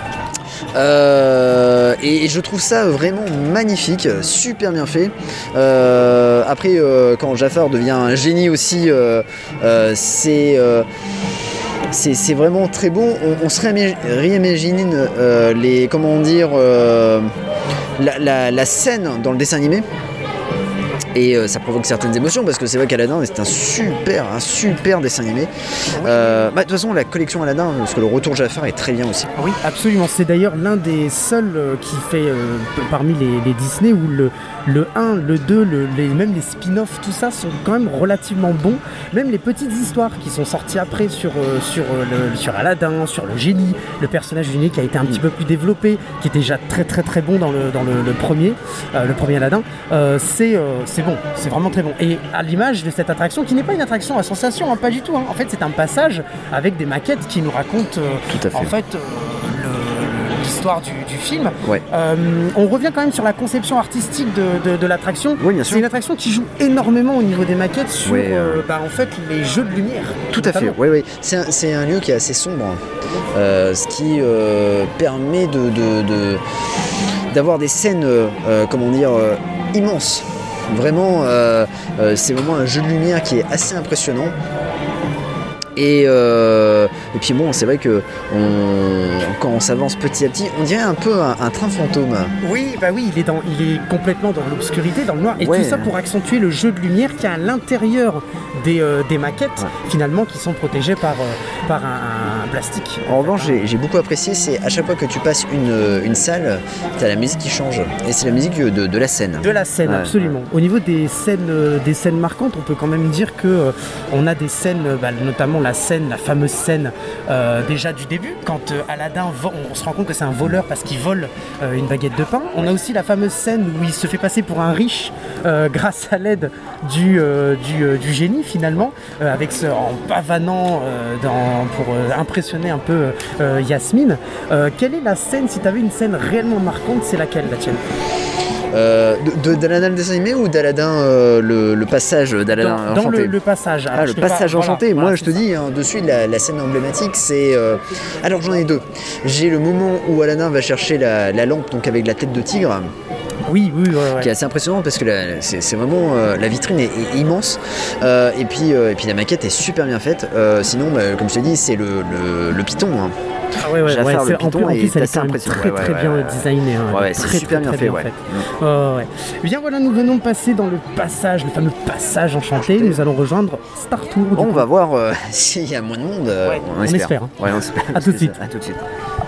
Euh, et, et je trouve ça vraiment magnifique, super bien fait. Euh, après, euh, quand Jafar devient un génie aussi, euh, euh, c'est, euh, c'est c'est vraiment très bon. On, on se réimag- réimagine euh, les, comment dire, euh, la, la- la scène dans le dessin animé. Et euh, ça provoque certaines émotions parce que c'est vrai qu'Aladin c'est un super, un super dessin animé. Euh, bah, de toute façon, la collection Aladin, parce que le retour Jafar est très bien aussi. Oui, absolument. C'est d'ailleurs l'un des seuls euh, qui fait euh, p- parmi les, les Disney où le, le un, le deux, le, les, même les spin-offs, tout ça sont quand même relativement bons. Même les petites histoires qui sont sorties après sur, euh, sur, euh, le, sur Aladdin, sur le génie, le personnage du génie qui a été un petit peu plus développé, qui était déjà très très très bon dans le, dans le, le premier, euh, le premier Aladdin. Euh, c'est, euh, c'est bon, c'est vraiment très bon. Et à l'image de cette attraction, qui n'est pas une attraction à sensation, hein, pas du tout. Hein. En fait, c'est un passage avec des maquettes qui nous racontent euh, Tout à fait. en fait, euh, le- l'histoire du, du film. Ouais. Euh, on revient quand même sur la conception artistique de, de, de l'attraction. Oui, bien sûr. C'est une attraction qui joue énormément au niveau des maquettes sur Ouais, euh... euh, bah, en fait, les jeux de lumière. Tout à fait, oui, oui. C'est un, c'est un lieu qui est assez sombre, euh, ce qui euh, permet de, de, de, d'avoir des scènes, euh, comment dire, euh, immenses. Vraiment, euh, euh, c'est vraiment un jeu de lumière qui est assez impressionnant. Et, euh, et puis bon, c'est vrai que on, quand on s'avance petit à petit, on dirait un peu un, un train fantôme. Oui, bah oui, il est, dans, il est complètement dans l'obscurité, dans le noir. Et ouais. tout ça pour accentuer le jeu de lumière qui est à l'intérieur des, euh, des maquettes, ouais. finalement, qui sont protégées par, euh, par un, un plastique. En revanche, j'ai, j'ai beaucoup apprécié, c'est à chaque fois que tu passes une, une salle, tu as la musique qui change. Et c'est la musique de, de la scène. De la scène, ouais. absolument. Au niveau des scènes, euh, des scènes marquantes, on peut quand même dire que euh, on a des scènes, bah, notamment la scène, la fameuse scène euh, déjà du début, quand euh, Aladdin, vo- on se rend compte que c'est un voleur parce qu'il vole euh, une baguette de pain. On a aussi la fameuse scène où il se fait passer pour un riche euh, grâce à l'aide du, euh, du, euh, du génie finalement, euh, avec ce, en pavanant euh, dans, pour euh, impressionner un peu euh, Yasmine. Euh, quelle est la scène, si tu avais une scène réellement marquante, c'est laquelle la tienne? Euh, de, de, d'Aladin le dessin animé ou d'Aladin euh, le, le passage d'Aladin dans, enchanté dans le, le passage. Ah, le passage pas, enchanté. Voilà, Moi, voilà, je te ça. dis, hein, dessus, la, la scène emblématique, c'est... Euh... Alors, j'en ai deux. J'ai le moment où Aladin va chercher la, la lampe, donc avec la tête de tigre. Oui, oui, ouais, ouais. Qui est assez impressionnant parce que la, c'est, c'est vraiment euh, la vitrine est, est immense euh, et puis euh, et puis la maquette est super bien faite. Euh, sinon, bah, comme je te dis, c'est le, le, le Python. Hein. Ah ouais, ouais, ouais, le c'est, Python en plus, en plus, elle est assez impressionnant. Très, ouais, très ouais, bien ouais, designé. Hein. Ouais, c'est très, super très, bien très fait. bien Ouais. fait. Oh, ouais. Bien voilà, nous venons de passer dans le passage, le fameux passage enchanté. Nous allons rejoindre Star Tour. Bon, on va voir euh, s'il y a moins de monde. Euh, ouais, on, on espère. espère. Hein. Ouais, on espère. À tout de suite. À tout de suite.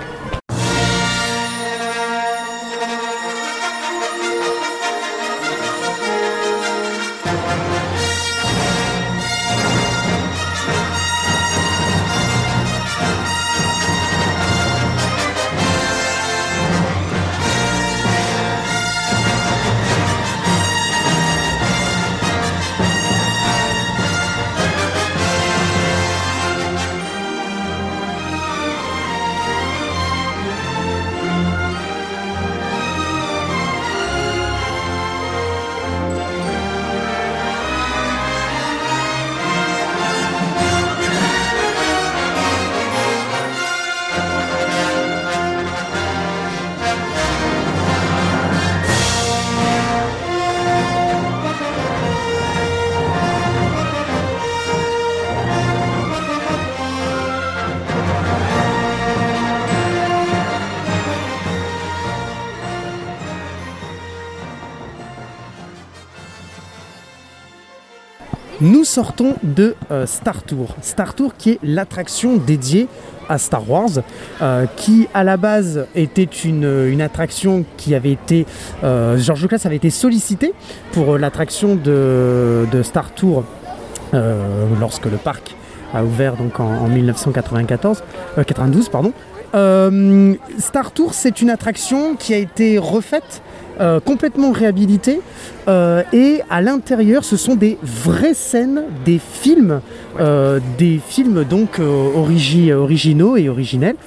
Nous sortons de euh, Star Tour. Star Tour qui est l'attraction dédiée à Star Wars, euh, qui à la base était une, une attraction qui avait été... Euh, George Lucas avait été sollicité pour l'attraction de, de Star Tour euh, lorsque le parc a ouvert donc en, en dix-neuf cent quatre-vingt-quatorze, euh, quatre-vingt-douze. Pardon. Euh, Star Tour, c'est une attraction qui a été refaite, euh, complètement réhabilitée, euh, et à l'intérieur, ce sont des vraies scènes, des films, euh, des films donc euh, origi- originaux et originels.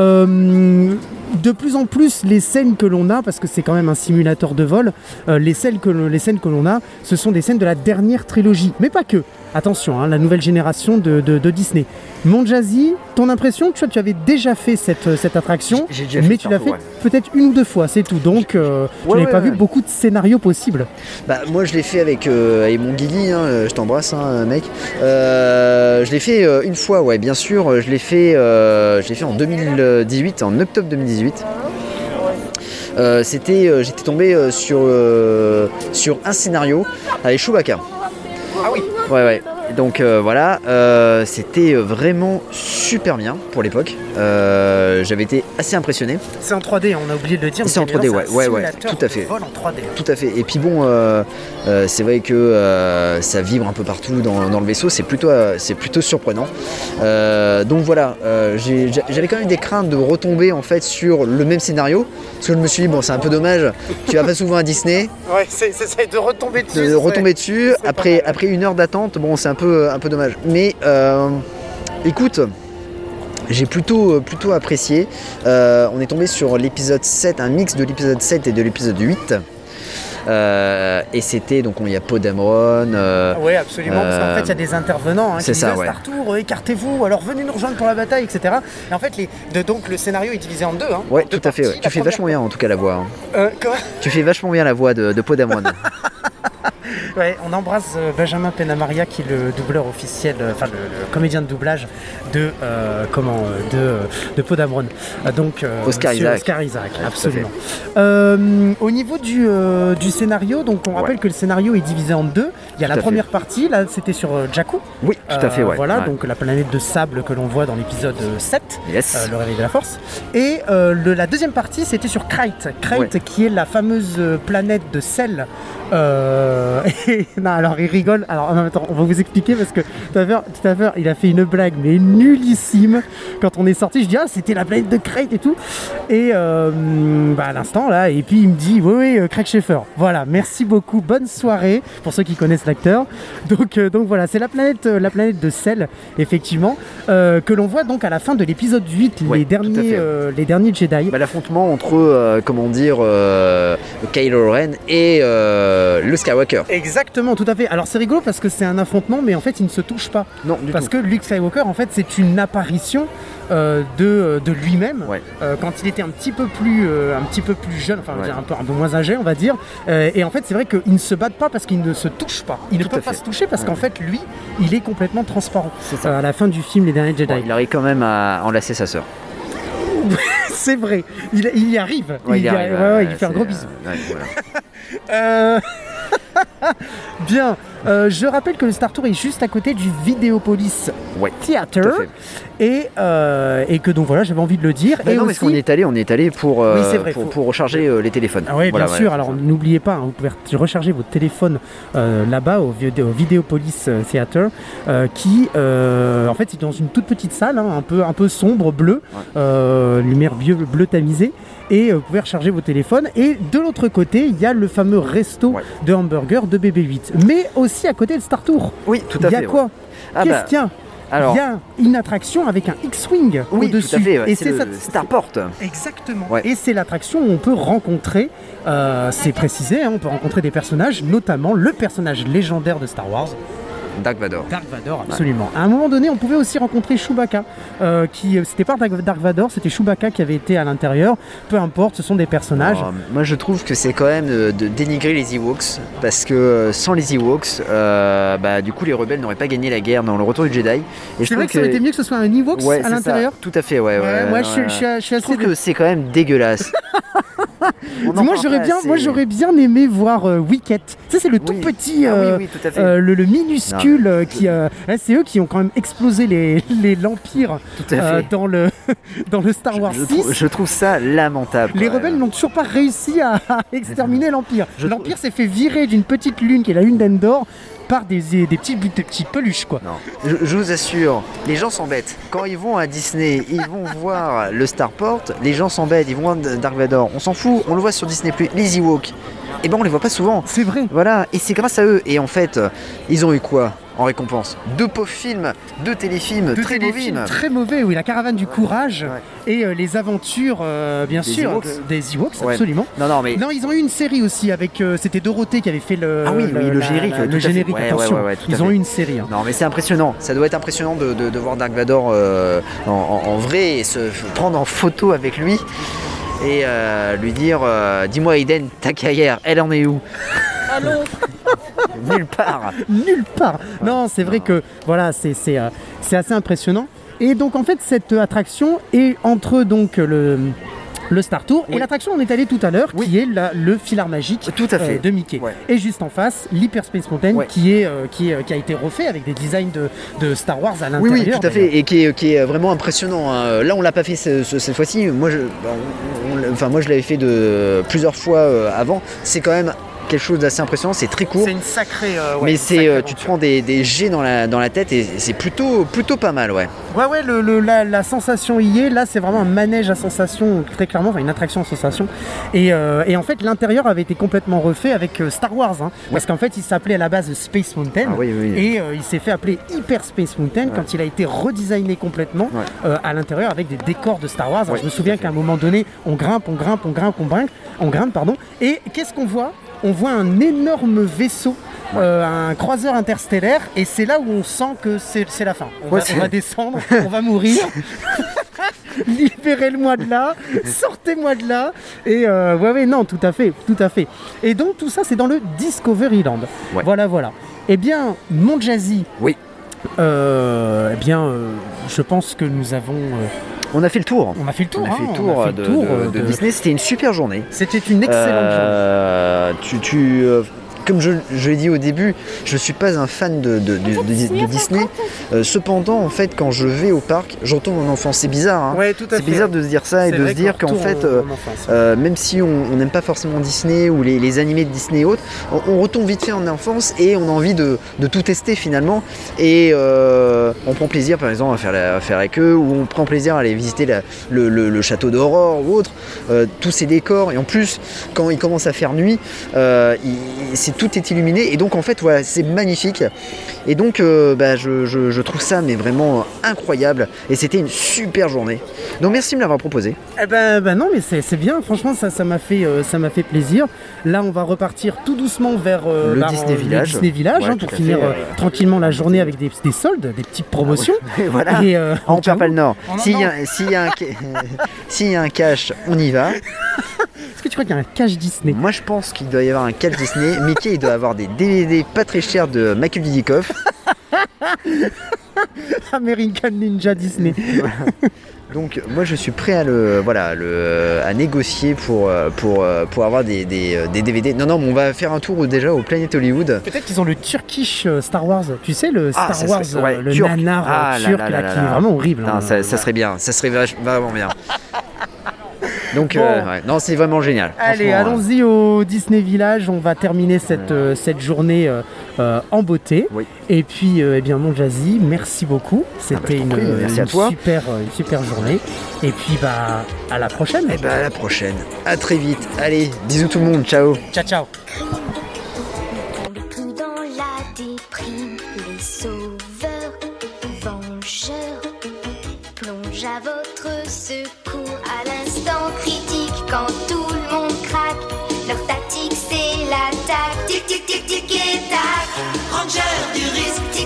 Euh, de plus en plus, les scènes que l'on a, parce que c'est quand même un simulateur de vol, euh, les, scènes que, les scènes que l'on a, ce sont des scènes de la dernière trilogie, mais pas que. Attention, hein, la nouvelle génération de, de, de Disney. Mon Jazzy, ton impression, tu vois, tu avais déjà fait cette, cette attraction, j'ai, j'ai déjà mais fait tu l'as fait ouais. peut-être une ou deux fois, c'est tout. Donc, euh, ouais, tu n'avais ouais, pas ouais. vu beaucoup de scénarios possibles. Bah, moi, je l'ai fait avec, euh, avec mon Guigui, hein, je t'embrasse, hein, mec. Euh, je l'ai fait euh, une fois, ouais, bien sûr. Je l'ai fait, euh, je l'ai fait en deux mille dix-huit, en octobre deux mille dix-huit. Euh, c'était, euh, j'étais tombé euh, sur, euh, sur un scénario avec Chewbacca. Ah oui. Ouais, ouais. Donc euh, voilà, euh, c'était vraiment super bien pour l'époque. Euh, j'avais été assez impressionné. C'est en trois D, on a oublié de le dire. C'est en trois D, ouais, ouais, ouais, tout à fait. Vol en trois D. Tout à fait. Et puis bon, euh, euh, c'est vrai que euh, ça vibre un peu partout dans, dans le vaisseau. C'est plutôt, euh, c'est plutôt surprenant. Euh, donc voilà, euh, j'ai, j'avais quand même des craintes de retomber en fait sur le même scénario, parce que je me suis dit bon, c'est un peu dommage. Tu vas pas souvent à Disney. Ouais, c'est, c'est ça, de retomber dessus. De retomber dessus après, après une heure d'attente. Bon, c'est un peu, un peu dommage. Mais euh, écoute. j'ai plutôt, plutôt apprécié. Euh, on est tombé sur l'épisode sept, un mix de l'épisode sept et de l'épisode huit. Euh, et c'était donc il y a Poe Dameron. Euh, oui, absolument. Parce qu'en fait, il y a des intervenants hein, qui disent ça, ouais. Star Tour, écartez-vous, alors venez nous rejoindre pour la bataille, et cetera. Et en fait, les, de, donc le scénario est divisé en deux. Hein, ouais, en deux tout à fait. Ouais. Tu fais vachement bien en tout cas la voix. Hein. Euh, comment Tu fais vachement bien la voix de, de Poe Dameron. Ouais, on embrasse euh, Benjamin Penamaria qui est le doubleur officiel, euh, enfin le, le comédien de doublage de euh, comment euh, de, euh, de Poe Dameron. Euh, donc euh, Oscar Isaac. Oscar Isaac, ouais, absolument. Euh, au niveau du, euh, du scénario, donc on rappelle ouais. que le scénario est divisé en deux. Il y a tout la première fait. partie, là c'était sur euh, Jakku. Oui, tout à fait, ouais. Voilà, ouais. donc la planète de sable que l'on voit dans l'épisode sept, yes. euh, le réveil de la force. Et euh, le, la deuxième partie c'était sur Krayt. Krayt ouais. qui est la fameuse planète de sel. Euh... non, alors il rigole. Alors non, attends, on va vous expliquer parce que tout à l'heure, tout à l'heure, il a fait une blague mais nullissime. Quand on est sorti, je dis ah c'était la planète de Krayt et tout. Et euh, bah, à l'instant là, et puis il me dit oui oui Craig Schaeffer. Voilà, merci beaucoup, bonne soirée pour ceux qui connaissent l'acteur. Donc euh, donc voilà, c'est la planète euh, la planète de sel effectivement euh, que l'on voit donc à la fin de l'épisode huit, ouais, les derniers euh, les derniers Jedi. Bah, l'affrontement entre euh, comment dire euh, Kylo Ren et euh, le Skywalker. Exactement, tout à fait. Alors c'est rigolo parce que c'est un affrontement, mais en fait ils ne se touchent pas. Non, du parce tout. que Luke Skywalker, en fait, c'est une apparition euh, de, de lui-même ouais. euh, quand il était un petit peu plus, euh, un petit peu plus jeune, enfin ouais. un, peu, un peu moins âgé, on va dire. Euh, et en fait, c'est vrai qu'ils ne se battent pas parce qu'ils ne se touchent pas. Ils tout ne peuvent pas se toucher parce ouais. qu'en fait, lui, il est complètement transparent. C'est ça. Euh, à la fin du film, Les Derniers Jedi. Bon, il arrive quand même à enlacer sa sœur. C'est vrai, il, il y arrive. Ouais, il, il, y arrive, ouais, ouais, ouais, il fait un gros bisou. Euh, ouais, voilà. euh... Bien, euh, je rappelle que le Star Tour est juste à côté du Videopolis ouais, Theater et, euh, et que donc voilà, j'avais envie de le dire. Bah et non, aussi... parce qu'on est allé, on est allé pour, euh, oui, vrai, pour, faut... pour recharger euh, les téléphones. Ah oui, voilà, bien ouais, sûr. Alors n'oubliez pas, hein, vous pouvez recharger votre téléphone euh, là-bas au, au Videopolis Theater, euh, qui euh, en fait c'est dans une toute petite salle, hein, un peu un peu sombre, bleue, ouais. euh, lumière bleu, bleu tamisée. Et euh, vous pouvez recharger vos téléphones. Et de l'autre côté, il y a le fameux resto ouais. de hamburger de B B huit. Mais aussi à côté de Star Tour. Oui, tout à fait. Il y a quoi ouais. ah Qu'est-ce bah, qu'il y a alors... Il y a une attraction avec un X-Wing oui, au-dessus. Tout à fait, ouais. Et c'est, c'est le ça, Starport. Exactement. Ouais. Et c'est l'attraction où on peut rencontrer, euh, c'est précisé, hein, on peut rencontrer des personnages, notamment le personnage légendaire de Star Wars. Dark Vador. Dark Vador, absolument. Ouais. À un moment donné, on pouvait aussi rencontrer Chewbacca. Euh, qui, c'était pas Dark Vador, c'était Chewbacca qui avait été à l'intérieur. Peu importe, ce sont des personnages. Alors, moi, je trouve que c'est quand même de, de dénigrer les Ewoks. Parce que sans les Ewoks, euh, bah, du coup, les rebelles n'auraient pas gagné la guerre dans le Retour du Jedi. Et c'est je vrai que, que ça aurait été mieux que ce soit un Ewoks ouais, à l'intérieur. Ça. Tout à fait, ouais. ouais, ouais moi, ouais, je, ouais. Je, je, je suis assez. Je trouve que c'est quand même dégueulasse. moi j'aurais, bien, moi j'aurais bien aimé voir euh, Wicket. Ça c'est le tout oui. petit, euh, ah, oui, oui, tout à fait. Euh, le, le minuscule euh, qui, euh, là, c'est eux qui ont quand même explosé les, les l'Empire euh, dans le dans le Star Wars je, je six. Trouve, je trouve ça lamentable. Les rebelles n'ont toujours pas réussi à, à exterminer l'Empire. Je L'Empire trouve... s'est fait virer d'une petite lune qui est la lune d'Endor par des, des, petites, des petites peluches quoi. Non. Je, je vous assure, les gens s'embêtent. Quand ils vont à Disney, ils vont voir le Starport, les gens s'embêtent, ils vont voir Dark Vador. On s'en fout, on le voit sur Disney plus. Les Ewoks, et ben on les voit pas souvent. C'est vrai. Voilà, et c'est grâce à eux. Et en fait, ils ont eu quoi en récompense? Deux pauvres films, deux téléfilms deux très téléfilms mauvais. Très mauvais, oui, la caravane du courage ouais. et euh, les aventures, euh, bien des sûr, Ewoks. De, des Ewoks, ouais. absolument. Non, non, mais non, ils ont eu une série aussi avec, euh, c'était Dorothée qui avait fait le, ah oui, le, oui, le la, générique, la, le générique. Ouais, attention, ouais, ouais, ouais, ils ont eu une série. Hein. Non, mais c'est impressionnant. Ça doit être impressionnant de, de, de voir Dark Vador euh, en, en, en vrai et se prendre en photo avec lui et euh, lui dire, euh, dis-moi, Aiden, ta carrière, elle en est où? Allô. Nulle part. Nulle part. Ouais. Non, c'est vrai non. que voilà, c'est, c'est, euh, c'est assez impressionnant. Et donc en fait, cette attraction est entre donc le le Star Tour oui. et l'attraction on est allé tout à l'heure oui. qui est la, le filard magique tout à fait. Euh, de Mickey ouais. et juste en face l'Hyperspace Mountain ouais. qui, est, euh, qui, est, qui a été refait avec des designs de, de Star Wars à l'intérieur. Oui, oui, tout à fait, et qui est, qui est vraiment impressionnant. Hein. Là on l'a pas fait ce, ce, cette fois-ci, moi je, on, on, enfin, moi je l'avais fait de, plusieurs fois euh, avant, c'est quand même quelque chose d'assez impressionnant. C'est très court. C'est une sacrée. Euh, ouais, mais une c'est, sacrée euh, tu te prends des, des jets dans la, dans la tête et c'est plutôt, plutôt pas mal, ouais. Ouais, ouais, le, le, la, la sensation y est. Là, c'est vraiment un manège à sensation, très clairement, enfin une attraction à sensation. Et, euh, et en fait, l'intérieur avait été complètement refait avec euh, Star Wars, hein, parce qu'en fait, il s'appelait à la base Space Mountain. Ah, oui, oui. Et euh, il s'est fait appeler Hyper Space Mountain ouais. quand il a été redesigné complètement ouais. euh, à l'intérieur avec des décors de Star Wars. Alors, ouais, je me souviens qu'à un moment donné, on grimpe, on grimpe, on grimpe, on grimpe, on grimpe, pardon. Et qu'est-ce qu'on voit ? On voit un énorme vaisseau, ouais. euh, un croiseur interstellaire, et c'est là où on sent que c'est, c'est la fin. On, ouais, va, on va descendre, on va mourir. Libérez-moi de là, sortez-moi de là. Et euh, ouais, ouais, non, tout à fait, tout à fait. Et donc tout ça, c'est dans le Discoveryland. Ouais. Voilà, voilà. Eh bien, mon Jazzy. Oui. Euh, eh bien, euh, je pense que nous avons. Euh, On a fait le tour. On a fait le tour. On a fait hein, le tour, fait de, le tour de, de, de Disney. C'était une super journée. C'était une excellente euh, journée. Tu, tu, euh, comme je, je l'ai dit au début, je ne suis pas un fan de, de, de, de, de Disney. Euh, cependant, en fait, quand je vais au parc, j'entends mon enfance. C'est bizarre. Hein. Ouais, tout à c'est fait. bizarre de se dire ça c'est et de se dire qu'en fait, euh, euh, même si on n'aime pas forcément Disney ou les, les animés de Disney et autres, on, on retombe vite fait en enfance et on a envie de, de tout tester finalement. Et euh, on prend plaisir, par exemple, à faire, la, à faire avec eux, ou on prend plaisir à aller visiter la, le, le, le château d'Aurore ou autre, euh, tous ces décors. Et en plus, quand il commence à faire nuit, euh, il, c'est, tout est illuminé. Et donc, en fait, voilà, c'est magnifique. Et donc, euh, bah, je, je, je trouve ça mais vraiment incroyable. Et c'était une super journée. Donc, merci de me l'avoir proposé. Eh ben, ben non, mais c'est, c'est bien. Franchement, ça, ça m'a fait, euh, ça m'a fait plaisir. Là, on va repartir tout doucement vers euh, le, bah, Disney euh, Village. le Disney Village ouais, hein, pour finir euh, tranquillement la journée avec des, des soldes, des petites promotions. Ah, oui. voilà. Et, euh, on ne perd pas le nord. Oh, s'il, y a, s'il, y a un, s'il y a un cash, on y va. Est-ce que tu crois qu'il y a un cash Disney ? Moi, je pense qu'il doit y avoir un cash Disney. Mickey, il doit avoir des D V D pas très chers de Michael Dudikoff. American Ninja Disney. Voilà. Donc moi je suis prêt à le voilà le à négocier pour pour pour avoir des, des, des D V D. Non non, mais on va faire un tour déjà au Planet Hollywood. Peut-être qu'ils ont le Turkish Star Wars. Tu sais le Star ah, Wars, serait, ouais, le turc. nanar ah, turc là, là, là, là, qui là. est vraiment horrible. Non, hein, ça, euh, ça serait bien, ça serait vraiment bien. Donc bon. euh, ouais. Non, c'est vraiment génial. Allez, allons-y au Disney Village. On va terminer cette, euh, cette journée euh, euh, en beauté. Oui. Et puis, euh, eh bien, mon Jazzy, merci beaucoup. C'était ah bah, une, merci une à toi. super, une super journée. Et puis, bah, à la prochaine. Et bah, à la prochaine. À très vite. Allez, bisous tout le monde. Ciao. Ciao, ciao. Le coup dans la déprime, les sauveurs, vengeurs, plongent à votre secours à l'instant critique quand tout le monde craque. Leur tactique c'est l'attaque, tic tic tic tic et tac. Ranger du risque.